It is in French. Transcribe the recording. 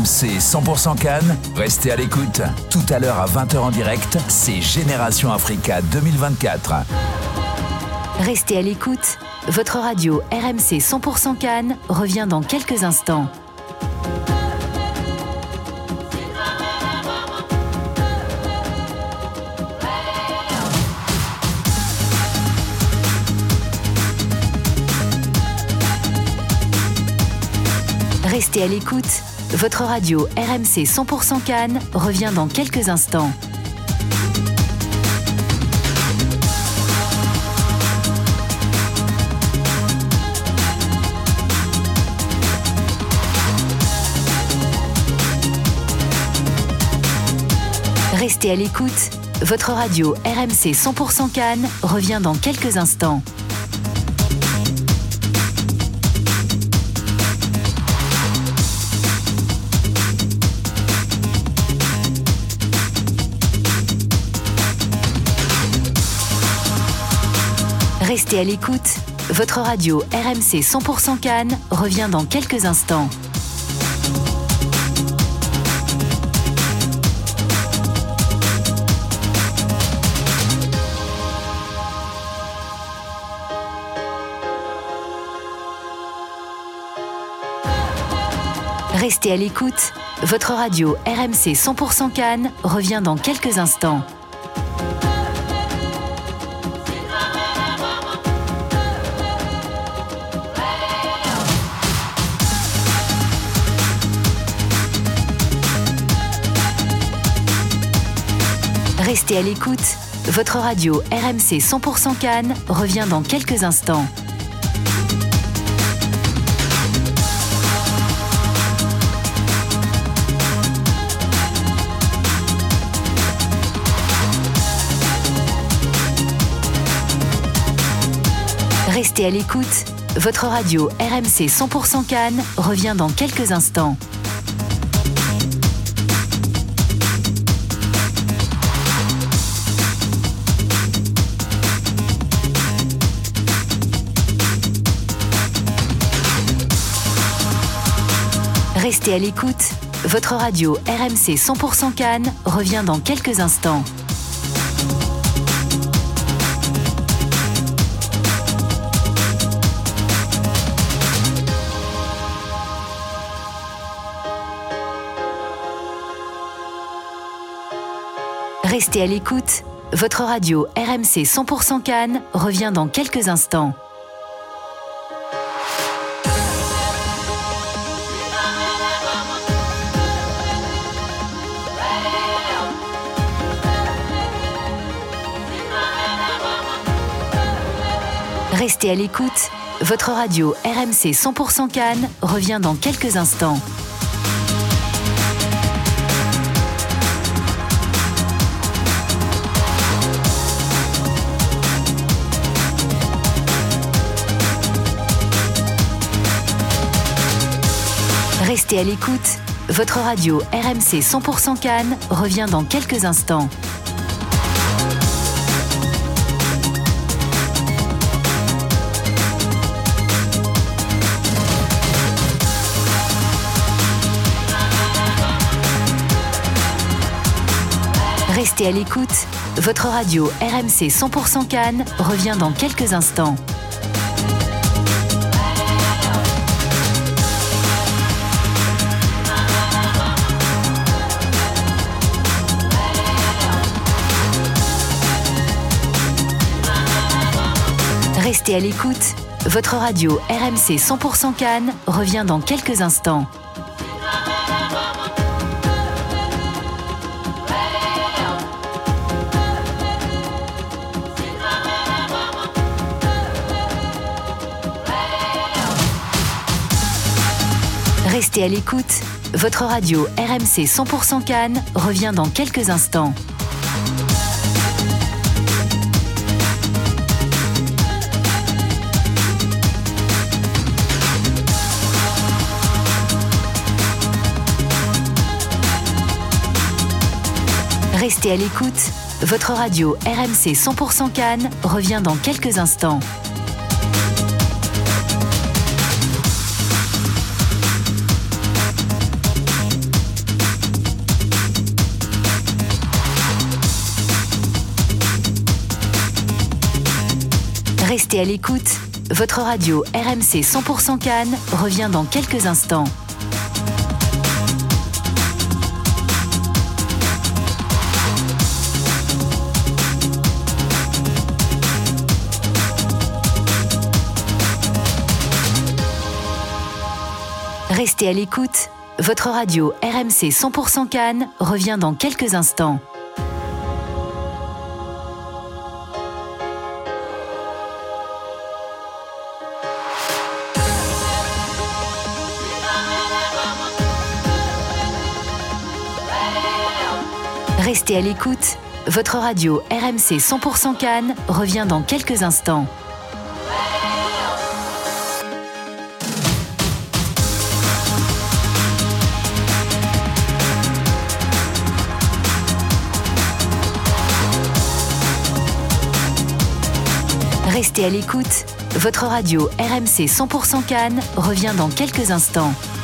RMC 100% Cannes, restez à l'écoute. Tout à l'heure à 20h en direct, c'est Génération Africa 2024. Restez à l'écoute. Votre radio RMC 100% Cannes revient dans quelques instants. Restez à l'écoute. Votre radio RMC 100% Cannes revient dans quelques instants. Restez à l'écoute. Votre radio RMC 100% Cannes revient dans quelques instants. Restez à l'écoute. Votre radio RMC 100% Cannes revient dans quelques instants. Restez à l'écoute. Votre radio RMC 100% Cannes revient dans quelques instants. Restez à l'écoute. Votre radio RMC 100% Cannes revient dans quelques instants. Restez à l'écoute. Votre radio RMC 100% Cannes revient dans quelques instants. Restez à l'écoute. Votre radio RMC 100% Cannes revient dans quelques instants. Restez à l'écoute. Votre radio RMC 100% Cannes revient dans quelques instants. Restez à l'écoute. Votre radio RMC 100% Cannes revient dans quelques instants. Restez à l'écoute. Votre radio RMC 100% Cannes revient dans quelques instants. Restez à l'écoute. Votre radio RMC 100% Cannes revient dans quelques instants. Restez à l'écoute. Votre radio RMC 100% Cannes revient dans quelques instants. Restez à l'écoute. Votre radio RMC 100% Cannes revient dans quelques instants. Restez à l'écoute. Votre radio RMC 100% Cannes revient dans quelques instants. Restez à l'écoute. Votre radio RMC 100% Cannes revient dans quelques instants. Restez à l'écoute. Votre radio RMC 100% Cannes revient dans quelques instants. Restez à l'écoute. Votre radio RMC 100% Cannes revient dans quelques instants. Restez à l'écoute. Votre radio RMC 100% Cannes revient dans quelques instants.